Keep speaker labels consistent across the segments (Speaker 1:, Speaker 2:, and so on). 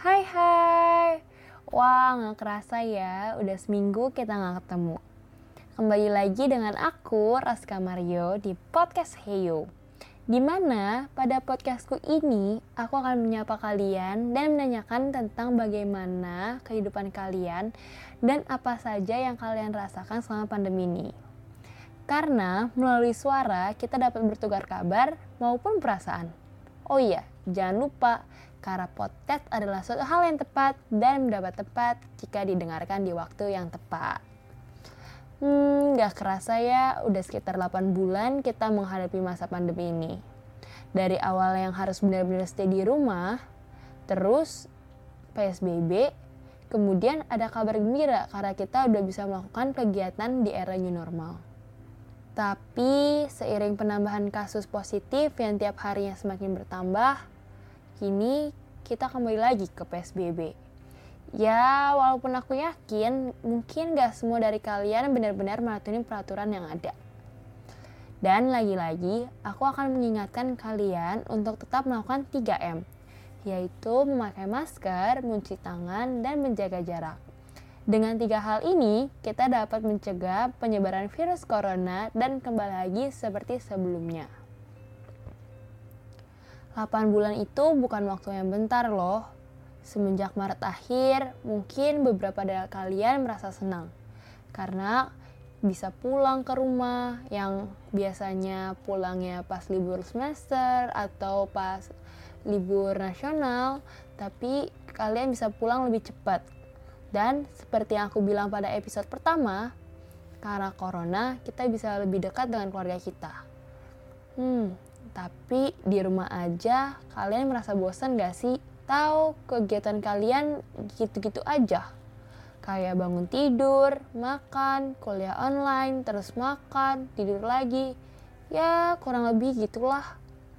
Speaker 1: Hai hai. Wah, gak kerasa ya, udah seminggu kita gak ketemu. Kembali lagi dengan aku, Raska Mario, di podcast Heyo. Dimana pada podcastku ini, aku akan menyapa kalian dan menanyakan tentang bagaimana kehidupan kalian dan apa saja yang kalian rasakan selama pandemi ini. Karena melalui suara kita dapat bertukar kabar maupun perasaan. Oh iya, jangan lupa, karena podcast adalah suatu hal yang tepat dan mendapat tepat jika didengarkan di waktu yang tepat. Gak kerasa ya, udah sekitar 8 bulan kita menghadapi masa pandemi ini. Dari awal yang harus benar-benar stay di rumah, terus PSBB, kemudian ada kabar gembira karena kita udah bisa melakukan kegiatan di era new normal. Tapi seiring penambahan kasus positif yang tiap harinya semakin bertambah, kini kita kembali lagi ke PSBB. Ya, walaupun aku yakin mungkin gak semua dari kalian benar-benar mematuhi peraturan yang ada. Dan lagi-lagi, aku akan mengingatkan kalian untuk tetap melakukan 3M, yaitu memakai masker, mencuci tangan, dan menjaga jarak. Dengan 3 hal ini, kita dapat mencegah penyebaran virus corona dan kembali lagi seperti sebelumnya. 8 bulan itu bukan waktu yang bentar loh. Semenjak Maret akhir, mungkin beberapa dari kalian merasa senang. Karena bisa pulang ke rumah yang biasanya pulangnya pas libur semester atau pas libur nasional, tapi kalian bisa pulang lebih cepat. Dan seperti yang aku bilang pada episode pertama, karena corona kita bisa lebih dekat dengan keluarga kita. Tapi di rumah aja kalian merasa bosan gak sih? Tahu kegiatan kalian gitu-gitu aja. Kayak bangun tidur, makan, kuliah online, terus makan, tidur lagi. Ya kurang lebih gitulah.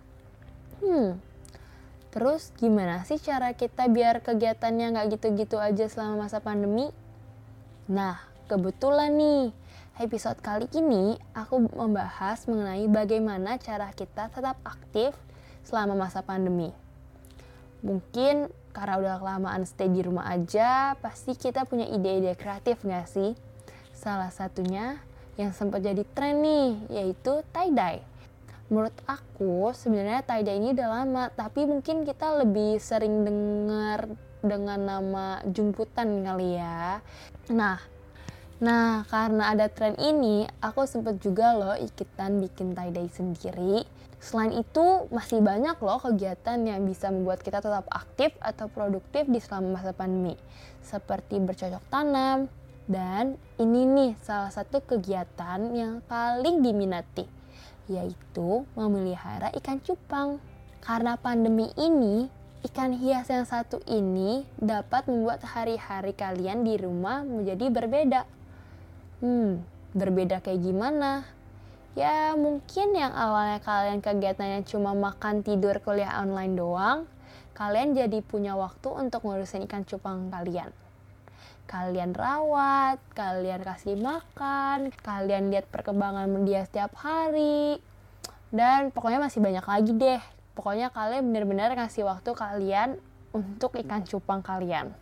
Speaker 1: Terus gimana sih cara kita biar kegiatannya gak gitu-gitu aja selama masa pandemi? Nah, kebetulan nih, episode kali ini aku membahas mengenai bagaimana cara kita tetap aktif selama masa pandemi. Mungkin karena udah kelamaan stay di rumah aja, pasti kita punya ide-ide kreatif gak sih? Salah satunya yang sempat jadi tren nih, yaitu tie-dye. Menurut aku sebenarnya tie-dye ini udah lama, tapi mungkin kita lebih sering dengar dengan nama jumputan kali ya. Nah, karena ada tren ini, aku sempat juga loh ikutan bikin tie-dye sendiri. Selain itu, masih banyak loh kegiatan yang bisa membuat kita tetap aktif atau produktif di selama masa pandemi. Seperti bercocok tanam, dan ini nih salah satu kegiatan yang paling diminati, yaitu memelihara ikan cupang. Karena pandemi ini, ikan hias yang satu ini dapat membuat hari-hari kalian di rumah menjadi berbeda. Berbeda kayak gimana? Ya mungkin yang awalnya kalian kegiatannya cuma makan, tidur, kuliah online doang, kalian jadi punya waktu untuk ngurusin ikan cupang kalian. Kalian rawat, kalian kasih makan, kalian lihat perkembangan dia setiap hari, dan pokoknya masih banyak lagi deh. Pokoknya kalian benar-benar ngasih waktu kalian untuk ikan cupang kalian.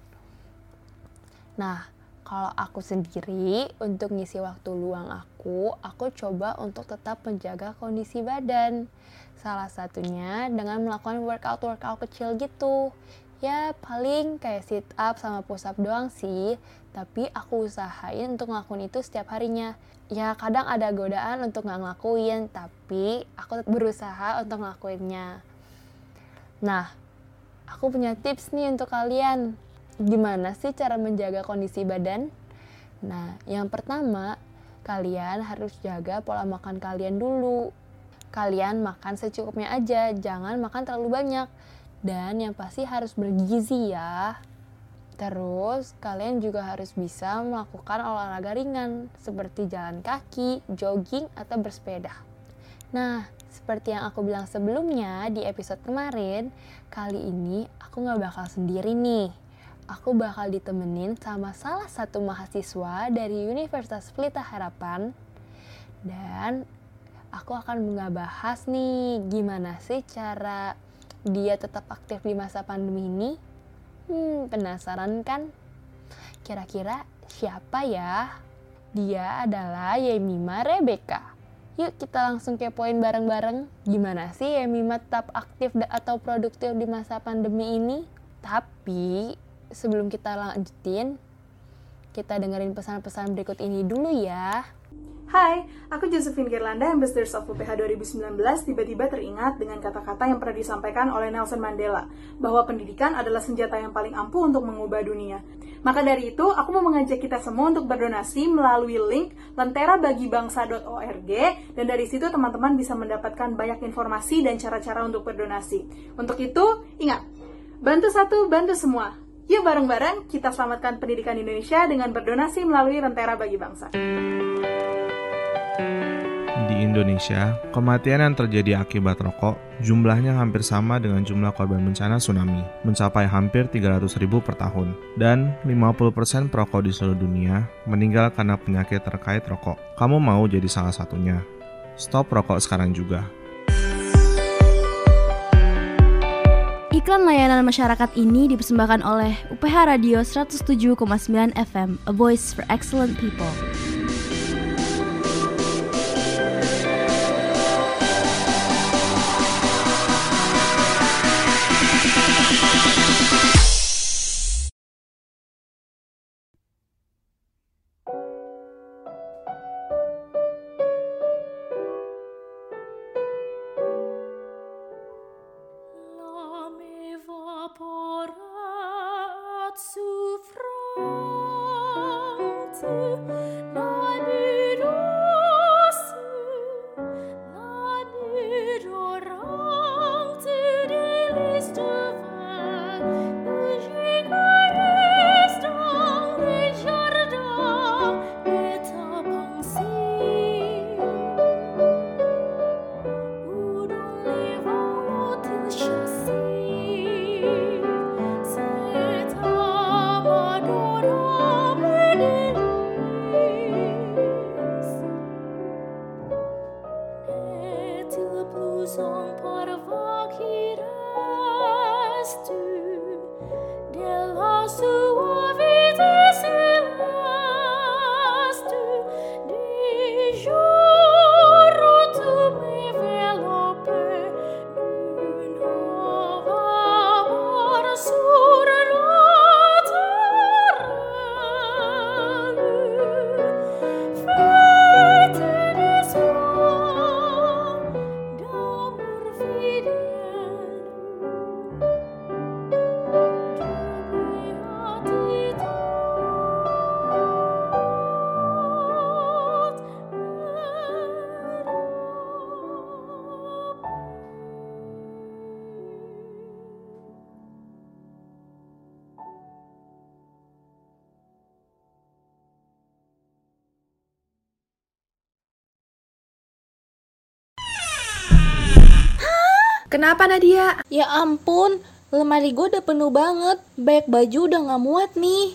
Speaker 1: Nah, kalau aku sendiri, untuk ngisi waktu luang aku coba untuk tetap menjaga kondisi badan. Salah satunya dengan melakukan workout kecil gitu. Ya paling kayak sit up sama push up doang sih, tapi aku usahain untuk ngelakuin itu setiap harinya. Ya kadang ada godaan untuk gak ngelakuin, tapi aku berusaha untuk ngelakuinnya. Nah, aku punya tips nih untuk kalian. Gimana sih cara menjaga kondisi badan? Nah, yang pertama, kalian harus jaga pola makan kalian dulu. Kalian makan secukupnya aja, jangan makan terlalu banyak. Dan yang pasti harus bergizi ya. Terus, kalian juga harus bisa melakukan olahraga ringan, seperti jalan kaki, jogging, atau bersepeda. Nah, seperti yang aku bilang sebelumnya di episode kemarin, kali ini aku gak bakal sendiri nih. Aku bakal ditemenin sama salah satu mahasiswa dari Universitas Pelita Harapan. Dan aku akan ngebahas nih gimana sih cara dia tetap aktif di masa pandemi ini. Penasaran kan? Kira-kira siapa ya? Dia adalah Yemima Rebecca. Yuk kita langsung kepoin bareng-bareng. Gimana sih Yemima tetap aktif atau produktif di masa pandemi ini? Tapi sebelum kita lanjutin, kita dengerin pesan-pesan berikut ini dulu ya.
Speaker 2: Hai, aku Josephine Gerlanda, Ambassadors of UPH 2019, tiba-tiba teringat dengan kata-kata yang pernah disampaikan oleh Nelson Mandela, bahwa pendidikan adalah senjata yang paling ampuh untuk mengubah dunia. Maka dari itu, aku mau mengajak kita semua untuk berdonasi melalui link lenterabagibangsa.org, dan dari situ teman-teman bisa mendapatkan banyak informasi dan cara-cara untuk berdonasi. Untuk itu, ingat, bantu satu, bantu semua. Yuk bareng-bareng kita selamatkan pendidikan Indonesia dengan berdonasi melalui Lentera Bagi Bangsa.
Speaker 3: Di Indonesia, kematian yang terjadi akibat rokok jumlahnya hampir sama dengan jumlah korban bencana tsunami, mencapai hampir 300.000 per tahun. Dan 50% perokok di seluruh dunia meninggal karena penyakit terkait rokok. Kamu mau jadi salah satunya? Stop rokok sekarang juga.
Speaker 4: Iklan layanan masyarakat ini dipersembahkan oleh UPH Radio 107,9 FM, A Voice for Excellent People.
Speaker 5: Kenapa Nadia?
Speaker 6: Ya ampun, lemari gue udah penuh banget. Banyak baju udah gak muat nih.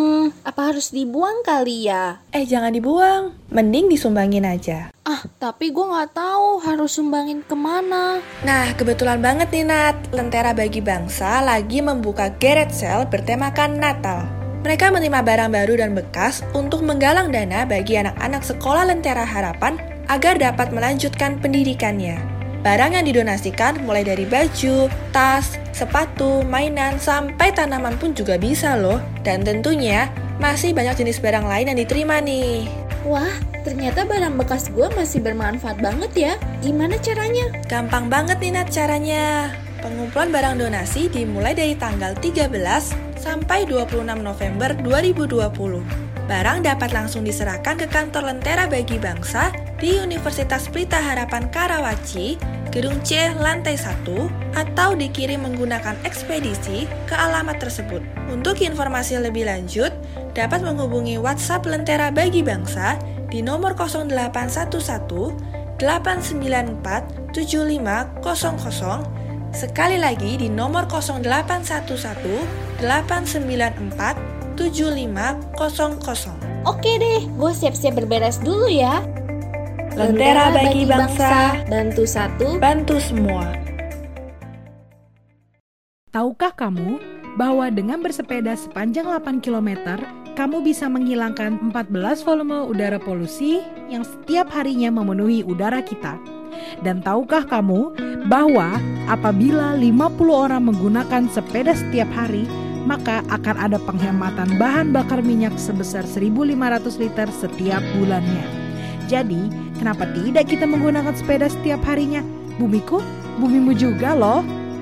Speaker 6: Apa harus dibuang kali ya?
Speaker 5: Jangan dibuang, mending disumbangin aja.
Speaker 6: Tapi gue gak tahu harus sumbangin kemana.
Speaker 5: Nah, kebetulan banget nih Nat, Lentera Bagi Bangsa lagi membuka garage sale bertemakan Natal. Mereka menerima barang baru dan bekas untuk menggalang dana bagi anak-anak sekolah Lentera Harapan agar dapat melanjutkan pendidikannya. Barang yang didonasikan mulai dari baju, tas, sepatu, mainan, sampai tanaman pun juga bisa loh. Dan tentunya masih banyak jenis barang lain yang diterima nih.
Speaker 6: Wah, ternyata barang bekas gue masih bermanfaat banget ya. Gimana caranya?
Speaker 5: Gampang banget nih Nat caranya. Pengumpulan barang donasi dimulai dari tanggal 13 sampai 26 November 2020. Barang dapat langsung diserahkan ke kantor Lentera Bagi Bangsa di Universitas Pelita Harapan Karawaci, Gedung C, lantai 1, atau dikirim menggunakan ekspedisi ke alamat tersebut. Untuk informasi lebih lanjut, dapat menghubungi WhatsApp Lentera Bagi Bangsa di nomor 0811 894 7500. Sekali lagi di nomor 0811 894 7500.
Speaker 6: Oke deh, gue siap-siap berberes dulu ya.
Speaker 5: Lentera Bagi Bangsa,
Speaker 6: bantu satu,
Speaker 5: bantu semua.
Speaker 7: Tahukah kamu bahwa dengan bersepeda sepanjang 8 km, kamu bisa menghilangkan 14 volume udara polusi yang setiap harinya memenuhi udara kita. Dan tahukah kamu bahwa apabila 50 orang menggunakan sepeda setiap hari, maka akan ada penghematan bahan bakar minyak sebesar 1.500 liter setiap bulannya. Jadi, kenapa tidak kita menggunakan sepeda setiap harinya? Bumiku, bumimu juga loh.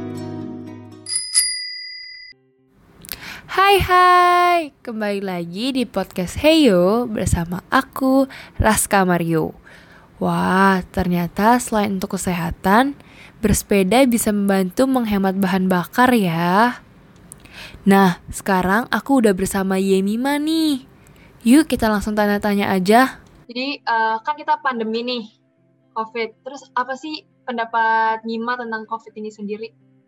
Speaker 8: Hai, kembali lagi di podcast Heyo bersama aku, Raska Mario. Wah, ternyata selain untuk kesehatan, bersepeda bisa membantu menghemat bahan bakar ya. Nah, sekarang aku udah bersama Yemima nih. Yuk kita langsung tanya-tanya aja.
Speaker 9: Jadi kan kita pandemi nih, COVID. Terus apa sih pendapat Mima tentang COVID ini sendiri?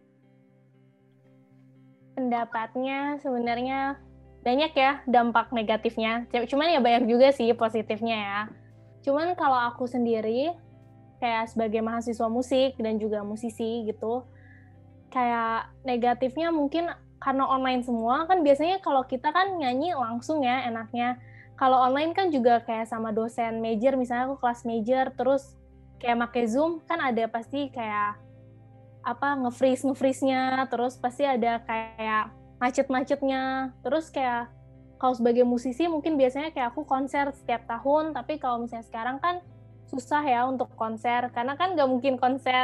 Speaker 1: Pendapatnya sebenarnya banyak ya dampak negatifnya. Cuman ya banyak juga sih positifnya ya. Cuman kalau aku sendiri, kayak sebagai mahasiswa musik dan juga musisi gitu, kayak negatifnya mungkin karena online semua, kan biasanya kalau kita kan nyanyi langsung ya enaknya. Kalau online kan juga kayak sama dosen major, misalnya aku kelas major, terus kayak pakai Zoom, kan ada pasti kayak nge-freeze-nya, terus pasti ada kayak macet-macetnya. Terus kayak kalau sebagai musisi mungkin biasanya kayak aku konser setiap tahun, tapi kalau misalnya sekarang kan susah ya untuk konser, karena kan nggak mungkin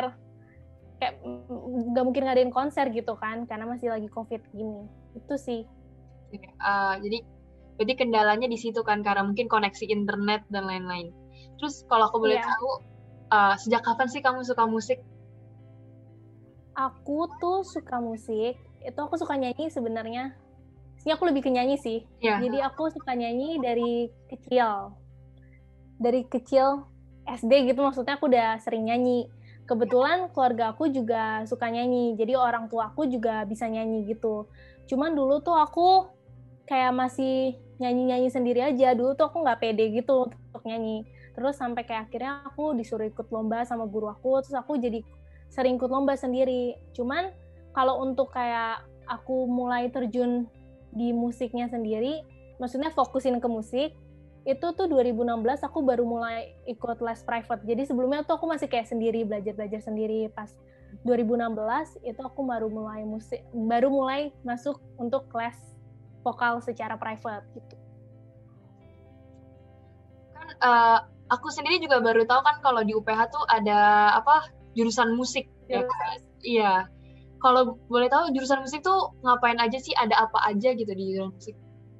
Speaker 1: ngadain konser gitu kan, karena masih lagi COVID gini. Itu sih.
Speaker 9: Jadi berarti kendalanya di situ kan, karena mungkin koneksi internet dan lain-lain. Terus kalau aku boleh tahu, sejak kapan sih kamu suka musik?
Speaker 1: Aku tuh suka musik, itu aku suka nyanyi sebenarnya. Sebenarnya aku lebih ke nyanyi sih. Yeah. Jadi aku suka nyanyi dari kecil. Dari kecil SD gitu, maksudnya aku udah sering nyanyi. Kebetulan keluarga aku juga suka nyanyi, jadi orang tua aku juga bisa nyanyi gitu. Cuman dulu tuh aku kayak masih nyanyi-nyanyi sendiri aja. Dulu tuh aku nggak pede gitu untuk nyanyi. Terus sampai kayak akhirnya aku disuruh ikut lomba sama guru aku, terus aku jadi sering ikut lomba sendiri. Cuman kalau untuk kayak aku mulai terjun di musiknya sendiri, maksudnya fokusin ke musik, itu tuh 2016 aku baru mulai ikut les private. Jadi sebelumnya tuh aku masih kayak sendiri, belajar sendiri. Pas 2016 itu aku baru mulai masuk untuk les vokal secara private gitu.
Speaker 9: Kan aku sendiri juga baru tahu kan kalau di UPH tuh ada jurusan musik. Ya kan? Iya. Kalau boleh tahu jurusan musik tuh ngapain aja sih? Ada apa aja gitu di jurusan musik?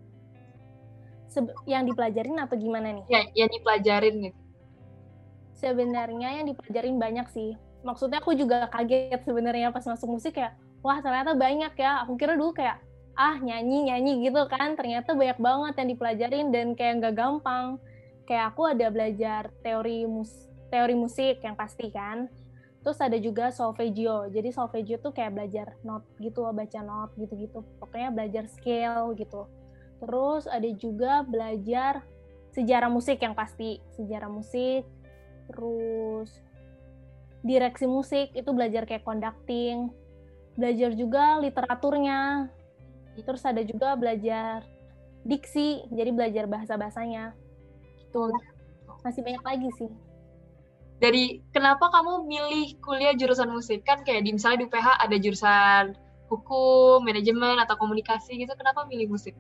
Speaker 1: Yang dipelajarin atau gimana nih?
Speaker 9: Ya, yang dipelajarin gitu.
Speaker 1: Sebenarnya yang dipelajarin banyak sih. Maksudnya aku juga kaget sebenarnya pas masuk musik kayak, wah ternyata banyak ya. Aku kira dulu kayak, nyanyi gitu kan. Ternyata banyak banget yang dipelajarin dan kayak nggak gampang. Kayak aku ada belajar teori musik yang pasti kan. Terus ada juga solfeggio. Jadi solfeggio tuh kayak belajar not gitu, baca not gitu-gitu. Pokoknya belajar scale gitu. Terus ada juga belajar sejarah musik yang pasti. Sejarah musik. Terus direksi musik, itu belajar kayak conducting. Belajar juga literaturnya. Terus ada juga belajar diksi, jadi belajar bahasa-bahasanya. Gitu. Masih banyak lagi sih.
Speaker 9: Dari kenapa kamu milih kuliah jurusan musik? Kan kayak misalnya di UPH ada jurusan hukum, manajemen, atau komunikasi gitu. Kenapa milih musik?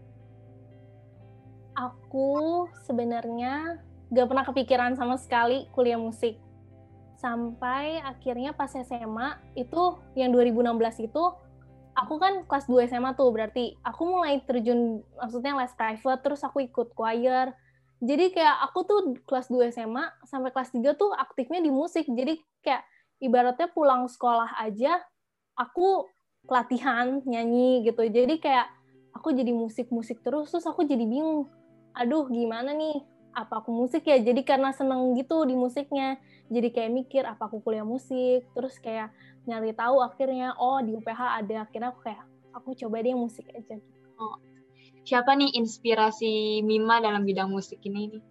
Speaker 1: Aku sebenarnya gak pernah kepikiran sama sekali kuliah musik. Sampai akhirnya pas SMA, itu yang 2016 itu, aku kan kelas 2 SMA tuh, berarti aku mulai terjun, maksudnya les private, terus aku ikut choir. Jadi kayak aku tuh kelas 2 SMA sampai kelas 3 tuh aktifnya di musik. Jadi kayak ibaratnya pulang sekolah aja, aku latihan, nyanyi gitu. Jadi kayak aku jadi musik terus aku jadi bingung. Aduh gimana nih, apa aku musik ya? Jadi karena seneng gitu di musiknya. Jadi kayak mikir, apa aku kuliah musik? Terus kayak nyari tahu akhirnya, di UPH ada. Akhirnya aku coba deh musik aja gitu.
Speaker 9: Oh. Siapa nih inspirasi Mima dalam bidang musik ini nih?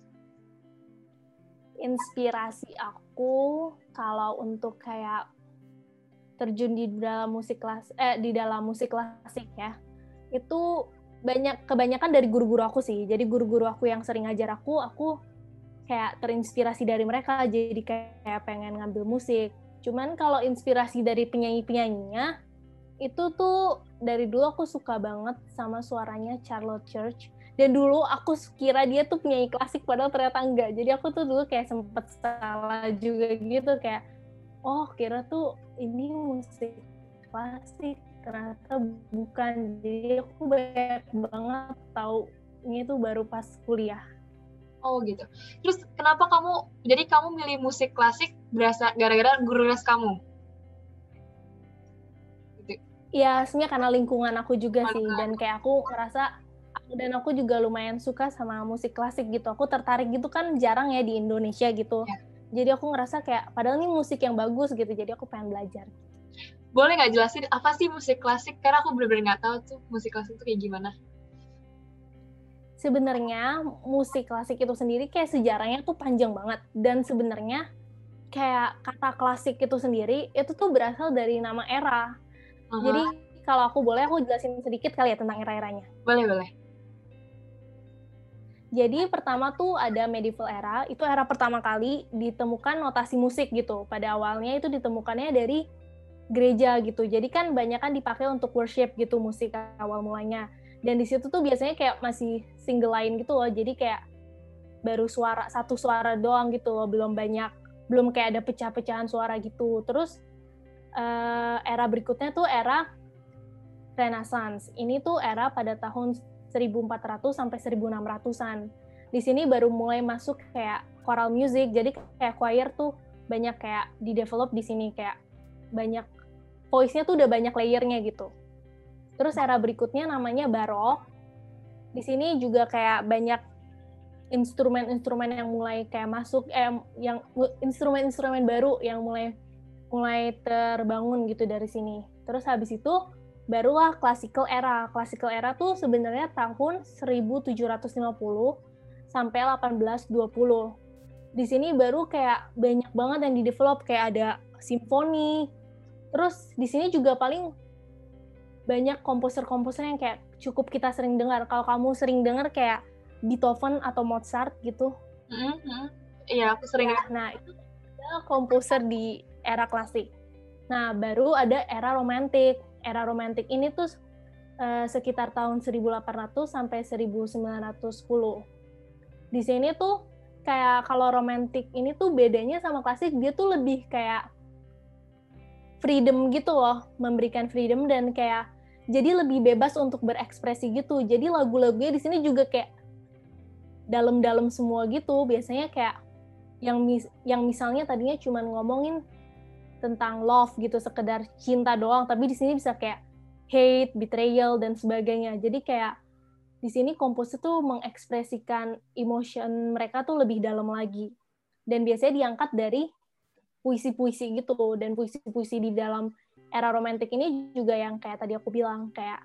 Speaker 1: Inspirasi aku kalau untuk kayak terjun di dalam musik klasik ya.
Speaker 10: itu kebanyakan dari guru-guru aku sih. Jadi guru-guru aku yang sering ngajar aku kayak terinspirasi dari mereka, jadi kayak pengen ngambil musik. Cuman kalau inspirasi dari penyanyi-penyanyinya, itu tuh dari dulu aku suka banget sama suaranya Charlotte Church. Dan dulu aku kira dia tuh penyanyi klasik, padahal ternyata enggak. Jadi aku tuh dulu kayak sempet salah juga gitu, kayak oh kira tuh ini musik klasik, ternyata bukan. Jadi aku banyak banget tahu ini tuh baru pas kuliah.
Speaker 9: Oh gitu. Terus kenapa kamu milih musik klasik berasa gara-gara guru les kamu?
Speaker 10: Ya sebenarnya karena lingkungan aku juga sih, dan kayak aku ngerasa aku juga lumayan suka sama musik klasik gitu. Aku tertarik gitu kan, jarang ya di Indonesia gitu. Ya. Jadi aku ngerasa kayak padahal ini musik yang bagus gitu, jadi aku pengen belajar.
Speaker 9: Boleh nggak jelasin apa sih musik klasik? Karena aku bener-bener nggak tahu tuh musik klasik itu kayak gimana.
Speaker 10: Sebenarnya musik klasik itu sendiri kayak sejarahnya tuh panjang banget, dan sebenarnya kayak kata klasik itu sendiri itu tuh berasal dari nama era. Jadi kalau aku jelasin sedikit kali ya tentang era-eranya.
Speaker 9: Boleh.
Speaker 10: Jadi pertama tuh ada medieval era, itu era pertama kali ditemukan notasi musik gitu. Pada awalnya itu ditemukannya dari gereja gitu. Jadi kan banyak kan dipakai untuk worship gitu musik awal mulanya. Dan di situ tuh biasanya kayak masih single line gitu loh. Jadi kayak baru satu suara doang gitu loh, belum kayak ada pecah-pecahan suara gitu. Terus era berikutnya tuh era Renaissance. Ini tuh era pada tahun 1400 sampai 1600-an. Di sini baru mulai masuk kayak choral music. Jadi kayak choir tuh banyak kayak di-develop di sini, kayak banyak voice-nya tuh udah banyak layernya gitu. Terus era berikutnya namanya Barok. Di sini juga kayak banyak instrumen-instrumen yang mulai kayak masuk, yang instrumen-instrumen baru yang mulai terbangun gitu dari sini. Terus habis itu barulah classical era. Classical era tuh sebenarnya tahun 1750 sampai 1820. Di sini baru kayak banyak banget yang di-develop, kayak ada simfoni. Terus di sini juga paling banyak komposer-komposer yang kayak cukup kita sering dengar. Kalau kamu sering dengar kayak Beethoven atau Mozart gitu.
Speaker 9: Iya, aku sering.
Speaker 10: Nah, itu adalah komposer di era klasik. Nah, baru ada era romantik. Era romantik ini tuh sekitar tahun 1800 sampai 1910. Di sini tuh kayak kalau romantik ini tuh bedanya sama klasik, dia tuh lebih kayak freedom gitu loh, memberikan freedom dan kayak jadi lebih bebas untuk berekspresi gitu. Jadi lagu-lagunya di sini juga kayak dalam-dalam semua gitu. Biasanya kayak yang misalnya tadinya cuma ngomongin tentang love gitu, sekedar cinta doang, tapi di sini bisa kayak hate, betrayal dan sebagainya. Jadi kayak di sini komposer tuh mengekspresikan emotion mereka tuh lebih dalam lagi. Dan biasanya diangkat dari puisi-puisi gitu. Dan puisi-puisi di dalam era romantik ini juga yang kayak tadi aku bilang, kayak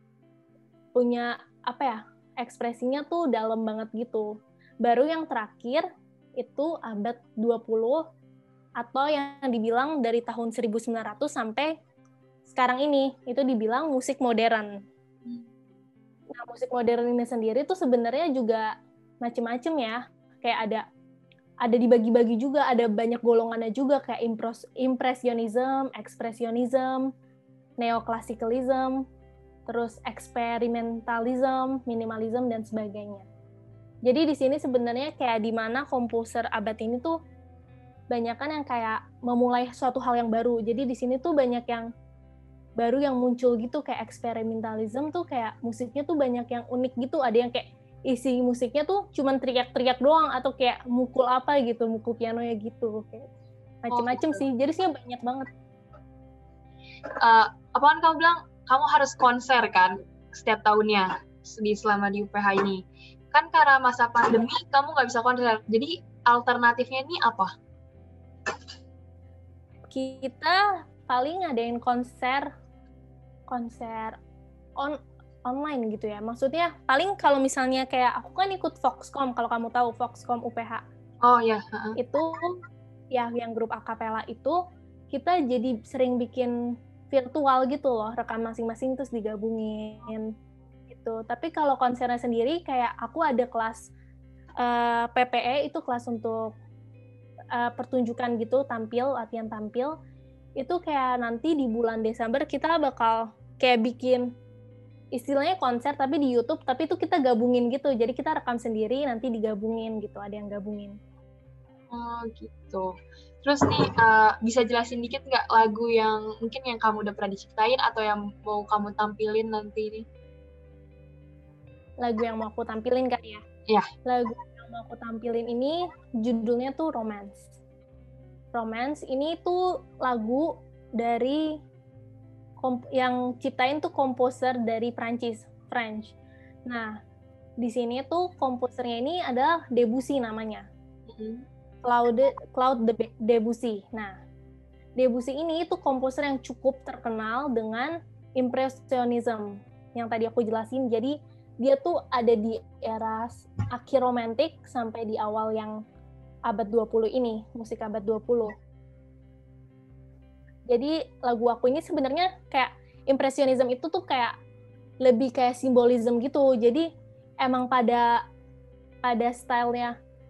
Speaker 10: punya ekspresinya tuh dalam banget gitu. Baru yang terakhir itu abad 20 atau yang dibilang dari tahun 1900 sampai sekarang ini, itu dibilang musik modern. Nah, musik modern ini sendiri tuh sebenarnya juga macem-macem ya. Kayak ada dibagi-bagi juga, ada banyak golongannya juga, kayak impressionism, expressionism, neoclassicalism, terus experimentalism, minimalism, dan sebagainya. Jadi di sini sebenarnya kayak di mana komposer abad ini tuh banyakan yang kayak memulai suatu hal yang baru. Jadi di sini tuh banyak yang baru yang muncul gitu, kayak experimentalism tuh kayak musiknya tuh banyak yang unik gitu. Ada yang kayak isi musiknya tuh cuman teriak-teriak doang atau kayak mukul apa gitu, mukul pianonya gitu, kayak macem-macem sih. Jadi sih banyak banget.
Speaker 9: Apaan kamu bilang kamu harus konser kan setiap tahunnya selama di UPH ini? Kan karena masa pandemi kamu nggak bisa konser. Jadi alternatifnya ini apa?
Speaker 10: Kita paling ngadain konser online gitu ya. Maksudnya paling kalau misalnya kayak aku kan ikut Foxcom, kalau kamu tahu Foxcom UPH.
Speaker 9: Oh ya.
Speaker 10: Itu ya yang grup akapela itu kita jadi sering bikin virtual gitu loh, rekan masing-masing terus digabungin. gitu. Tapi kalau konsernya sendiri kayak aku ada kelas PPE, itu kelas untuk pertunjukan gitu, latihan tampil. Itu kayak nanti di bulan Desember kita bakal kayak bikin istilahnya konser tapi di YouTube, tapi itu kita gabungin gitu. Jadi kita rekam sendiri, nanti digabungin gitu, ada yang gabungin.
Speaker 9: Oh gitu. Terus nih, bisa jelasin dikit nggak lagu yang mungkin yang kamu udah pernah diciptain atau yang mau kamu tampilin nanti ini?
Speaker 10: Lagu yang mau aku tampilin kan ya?
Speaker 9: Iya.
Speaker 10: Lagu yang mau aku tampilin ini judulnya tuh Romance. Romance ini tuh lagu dari yang ciptain tuh komposer dari French. Nah, di sini tuh komposernya ini adalah Debussy namanya. Claude Debussy. Nah, Debussy ini tuh komposer yang cukup terkenal dengan impressionism yang tadi aku jelasin. Jadi dia tuh ada di era akhir romantik sampai di awal yang abad 20 ini, musik abad 20. Jadi lagu aku ini sebenarnya kayak impressionism itu tuh kayak lebih kayak simbolism gitu. Jadi emang pada style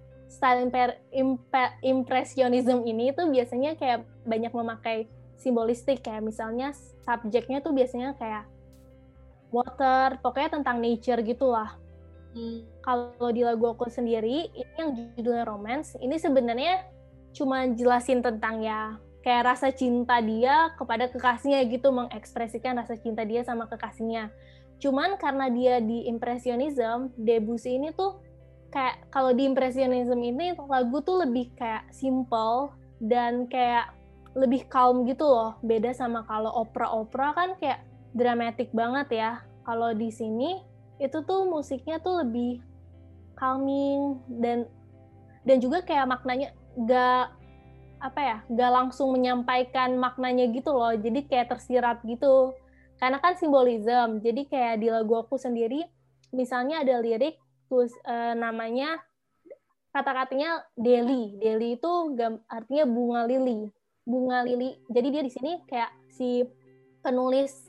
Speaker 10: impressionism ini tuh biasanya kayak banyak memakai simbolistik, kayak misalnya subjeknya tuh biasanya kayak water, pokoknya tentang nature gitulah. Kalau di lagu aku sendiri, ini yang judulnya Romance, ini sebenarnya cuma jelasin tentang ya kayak rasa cinta dia kepada kekasihnya gitu, mengekspresikan rasa cinta dia sama kekasihnya. Cuman karena dia di impressionism, Debussy ini tuh kayak kalau di impressionism ini lagu tuh lebih kayak simple dan kayak lebih calm gitu loh. Beda sama kalau opera kan kayak dramatic banget ya. Kalau di sini itu tuh musiknya tuh lebih calming dan juga kayak maknanya gak langsung menyampaikan maknanya gitu loh. Jadi kayak tersirat gitu. Karena kan simbolism. Jadi kayak di lagu aku sendiri misalnya ada lirik terus namanya kata-katanya Deli. Deli itu artinya bunga lili. Jadi dia di sini kayak si penulis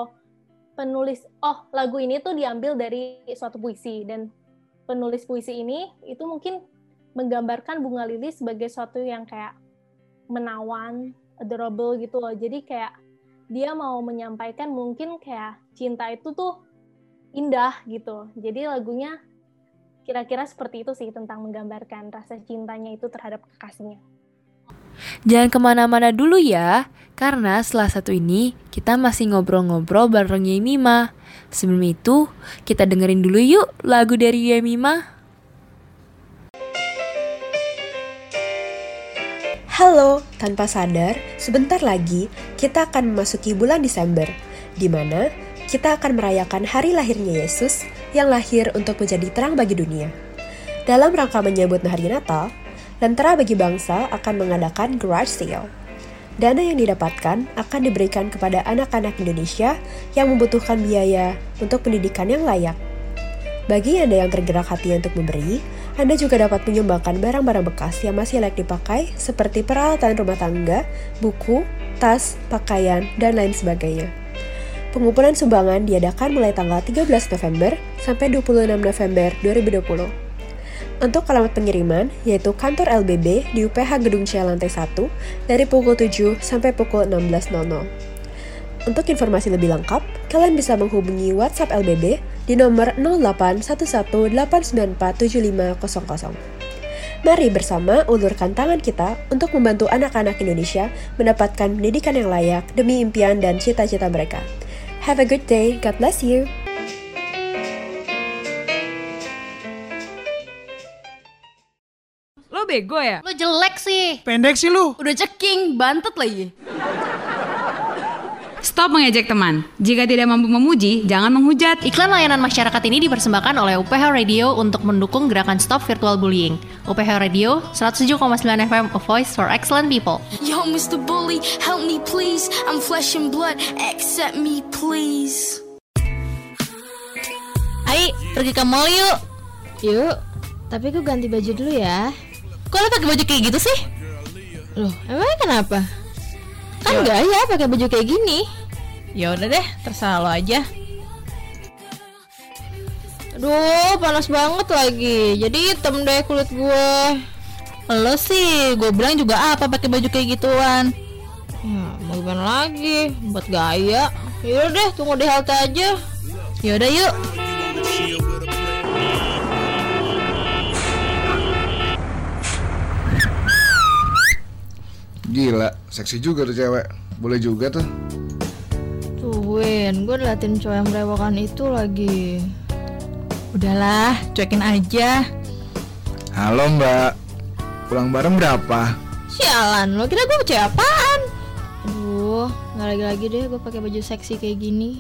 Speaker 10: lagu ini tuh diambil dari suatu puisi, dan penulis puisi ini itu mungkin menggambarkan bunga lili sebagai suatu yang kayak menawan, adorable gitu loh. Jadi kayak dia mau menyampaikan mungkin kayak cinta itu tuh indah gitu. Jadi lagunya kira-kira seperti itu sih, tentang menggambarkan rasa cintanya itu terhadap kekasihnya.
Speaker 8: Jangan kemana-mana dulu ya, karena setelah satu ini kita masih ngobrol-ngobrol bareng Yemima. Sebelum itu, kita dengerin dulu yuk lagu dari Yemima.
Speaker 11: Halo, tanpa sadar, sebentar lagi kita akan memasuki bulan Desember, di mana kita akan merayakan hari lahirnya Yesus yang lahir untuk menjadi terang bagi dunia. Dalam rangka menyambut hari Natal, Lentera Bagi Bangsa akan mengadakan garage sale. Dana yang didapatkan akan diberikan kepada anak-anak Indonesia yang membutuhkan biaya untuk pendidikan yang layak. Bagi Anda yang tergerak hati untuk memberi, Anda juga dapat menyumbangkan barang-barang bekas yang masih layak dipakai seperti peralatan rumah tangga, buku, tas, pakaian, dan lain sebagainya. Pengumpulan sumbangan diadakan mulai tanggal 13 November sampai 26 November 2020. Untuk alamat pengiriman, yaitu kantor LBB di UPH Gedung C lantai 1 dari pukul 7 sampai pukul 16.00. Untuk informasi lebih lengkap, kalian bisa menghubungi WhatsApp LBB di nomor 0811894750. Mari bersama ulurkan tangan kita untuk membantu anak-anak Indonesia mendapatkan pendidikan yang layak demi impian dan cita-cita mereka. Have a good day, God bless you!
Speaker 12: Lo bego ya?
Speaker 13: Lo jelek sih.
Speaker 12: Pendek sih lu.
Speaker 13: Udah ceking, bantet lagi.
Speaker 12: Stop mengejek teman. Jika tidak mampu memuji, jangan menghujat.
Speaker 13: Iklan layanan masyarakat ini dipersembahkan oleh UPH Radio untuk mendukung gerakan Stop Virtual Bullying. UPH Radio 107,9 FM, a voice for excellent people.
Speaker 14: Yo, Mr. Bully, help me please. I'm flesh and blood, accept me please.
Speaker 13: Ayo, pergi ke mall yuk.
Speaker 15: Yuk, tapi aku ganti baju dulu ya.
Speaker 13: Kok lo pakai baju kayak gitu sih?
Speaker 15: Loh, emangnya kenapa? Kan gaya pakai baju kayak gini.
Speaker 13: Ya udah deh, terserah lo aja.
Speaker 15: Aduh, panas banget lagi. Jadi hitam deh kulit gue.
Speaker 16: Lo sih, gue bilang juga apa pakai baju kayak gituan.
Speaker 15: Ya, mau gimana lagi? Buat gaya. Yaudah deh, tunggu di halte aja.
Speaker 16: Yaudah yuk.
Speaker 17: Gila, seksi juga tuh cewek. Boleh juga tuh.
Speaker 15: Tuh Win, gue liatin cowok yang berewokan itu lagi.
Speaker 16: Udahlah, cuekin aja.
Speaker 17: Halo mbak, pulang bareng berapa?
Speaker 15: Sialan, lo kira gue cewek apaan? Aduh, gak lagi-lagi deh gue pakai baju seksi kayak gini.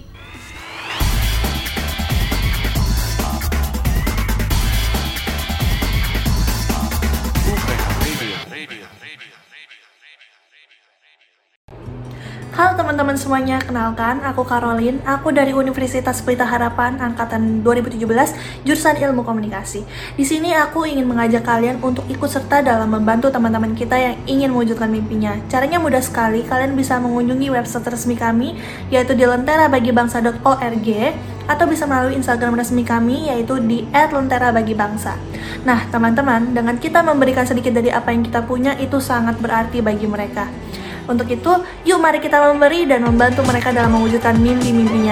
Speaker 2: Halo teman-teman semuanya, kenalkan aku Caroline, aku dari Universitas Pelita Harapan angkatan 2017, jurusan Ilmu Komunikasi. Di sini aku ingin mengajak kalian untuk ikut serta dalam membantu teman-teman kita yang ingin mewujudkan mimpinya. Caranya mudah sekali, kalian bisa mengunjungi website resmi kami yaitu di lenterabagibangsa.org atau bisa melalui Instagram resmi kami yaitu di @lenterabagibangsa. Nah, teman-teman, dengan kita memberikan sedikit dari apa yang kita punya itu sangat berarti bagi mereka. Untuk itu, yuk mari kita memberi dan membantu mereka dalam mewujudkan mimpi-mimpinya.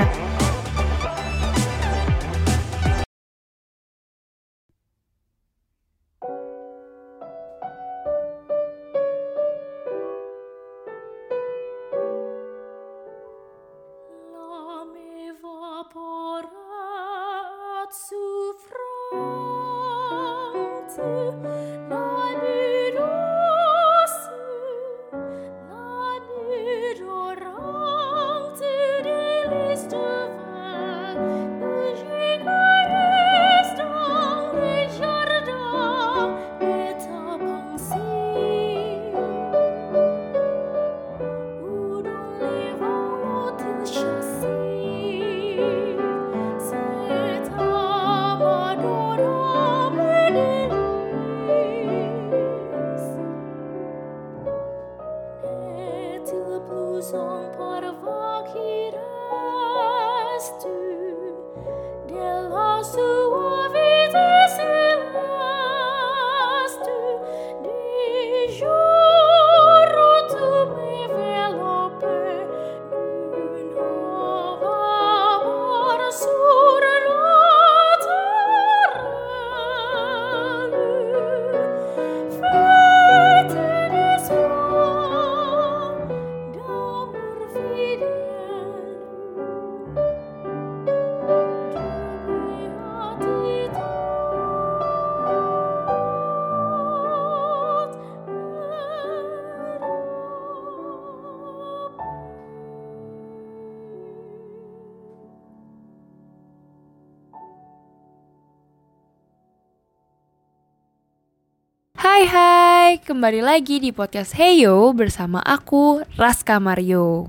Speaker 8: Hai, kembali lagi di podcast Heyo bersama aku, Raska Mario.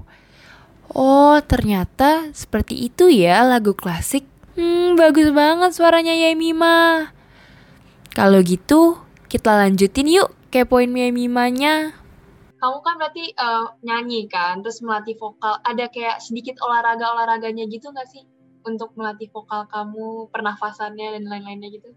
Speaker 8: Oh, ternyata seperti itu ya lagu klasik. Bagus banget suaranya Yemima. Kalau gitu, kita lanjutin yuk kepoin Yemimanya.
Speaker 9: Kamu kan berarti nyanyi kan, terus melatih vokal. Ada kayak sedikit olahraganya gitu nggak sih? Untuk melatih vokal kamu, pernafasannya dan lain-lainnya gitu?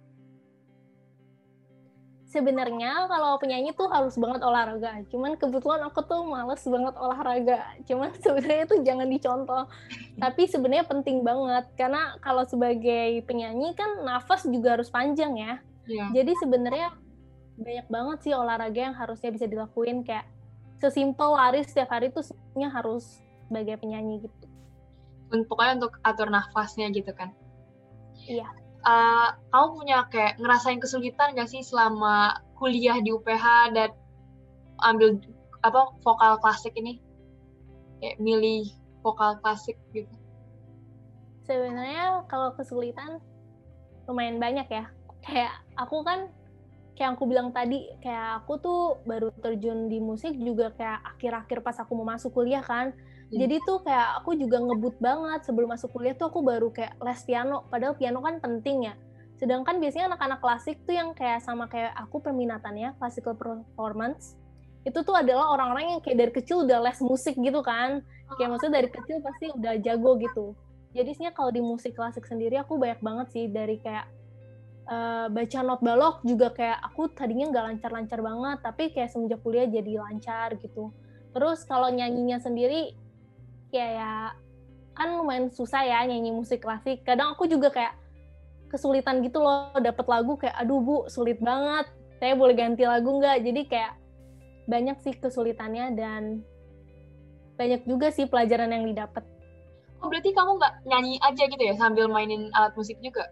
Speaker 10: Sebenarnya kalau penyanyi tuh harus banget olahraga. Cuman kebetulan aku tuh males banget olahraga. Cuman sebenarnya itu jangan dicontoh. Tapi sebenarnya penting banget karena kalau sebagai penyanyi kan nafas juga harus panjang ya. Yeah. Jadi sebenarnya banyak banget sih olahraga yang harusnya bisa dilakuin, kayak sesimpel lari setiap hari tuh sebenarnya harus sebagai penyanyi gitu.
Speaker 9: Pokoknya untuk atur nafasnya gitu kan.
Speaker 10: Iya.
Speaker 9: Kamu punya kayak ngerasain kesulitan gak sih selama kuliah di UPH dan ambil vokal klasik ini? Kayak milih vokal klasik gitu.
Speaker 10: Sebenarnya kalau kesulitan lumayan banyak ya. Kayak aku kan, kayak aku bilang tadi, kayak aku tuh baru terjun di musik juga kayak akhir-akhir pas aku mau masuk kuliah kan. Jadi tuh kayak aku juga ngebut banget sebelum masuk kuliah tuh aku baru kayak les piano, padahal piano kan penting ya. Sedangkan biasanya anak-anak klasik tuh yang kayak sama kayak aku peminatannya, classical performance, itu tuh adalah orang-orang yang kayak dari kecil udah les musik gitu kan. Kayak maksudnya dari kecil pasti udah jago gitu. Jadi sebenarnya kalau di musik klasik sendiri aku banyak banget sih, dari kayak baca not balok juga kayak aku tadinya nggak lancar-lancar banget, tapi kayak semenjak kuliah jadi lancar gitu. Terus kalau nyanyinya sendiri kayak kan lumayan susah ya nyanyi musik klasik. Kadang aku juga kayak kesulitan gitu loh dapet lagu kayak aduh Bu sulit banget, saya boleh ganti lagu nggak? Jadi kayak banyak sih kesulitannya dan banyak juga sih pelajaran yang didapat.
Speaker 9: Oh berarti kamu nggak nyanyi aja gitu ya sambil mainin alat musik juga?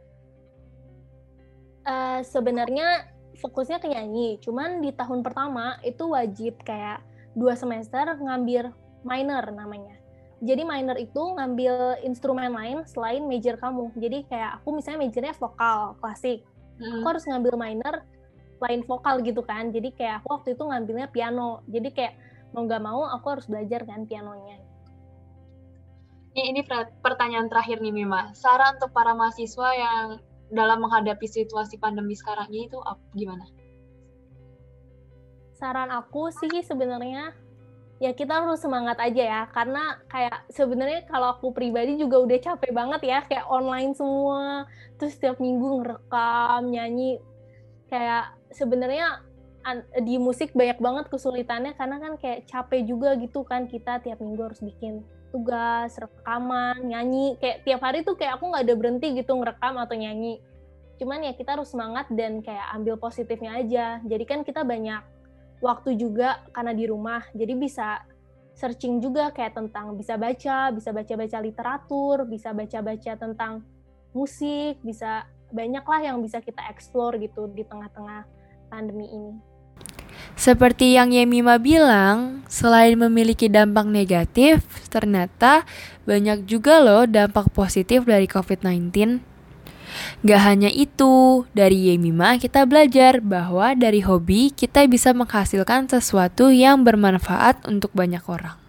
Speaker 10: Sebenarnya fokusnya ke nyanyi, cuman di tahun pertama itu wajib kayak 2 semester ngambil minor namanya. Jadi minor itu ngambil instrumen lain selain major kamu. Jadi kayak aku misalnya majornya vokal klasik, aku harus ngambil minor lain vokal gitu kan. Jadi kayak aku waktu itu ngambilnya piano. Jadi kayak mau nggak mau aku harus belajar kan pianonya.
Speaker 9: Ini pertanyaan terakhir nih Mima. Saran untuk para mahasiswa yang dalam menghadapi situasi pandemi sekarang ini itu gimana?
Speaker 10: Saran aku sih sebenarnya ya kita harus semangat aja ya, karena kayak sebenarnya kalau aku pribadi juga udah capek banget ya, kayak online semua, terus setiap minggu ngerekam, nyanyi, kayak sebenarnya di musik banyak banget kesulitannya karena kan kayak capek juga gitu kan, kita tiap minggu harus bikin tugas, rekaman, nyanyi, kayak tiap hari tuh kayak aku nggak ada berhenti gitu ngerekam atau nyanyi. Cuman ya kita harus semangat dan kayak ambil positifnya aja. Jadi kan kita banyak waktu juga karena di rumah, jadi bisa searching juga kayak tentang bisa baca literatur, bisa baca-baca tentang musik, bisa banyak lah yang bisa kita explore gitu di tengah-tengah pandemi ini.
Speaker 8: Seperti yang Yemima bilang, selain memiliki dampak negatif, ternyata banyak juga loh dampak positif dari COVID-19. Gak hanya itu, dari Yemima kita belajar bahwa dari hobi kita bisa menghasilkan sesuatu yang bermanfaat untuk banyak orang.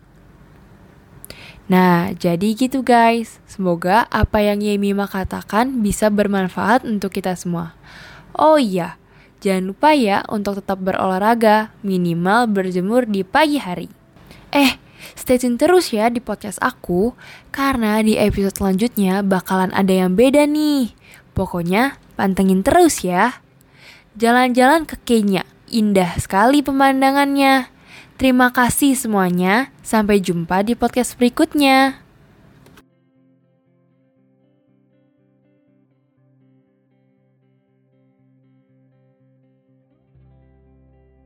Speaker 8: Nah, jadi gitu guys. Semoga apa yang Yemima katakan bisa bermanfaat untuk kita semua. Oh iya, jangan lupa ya untuk tetap berolahraga, minimal berjemur di pagi hari. Stay tune terus ya di podcast aku, karena di episode selanjutnya bakalan ada yang beda nih. Pokoknya pantengin terus ya. Jalan-jalan ke Kenya, indah sekali pemandangannya. Terima kasih semuanya, sampai jumpa di podcast berikutnya.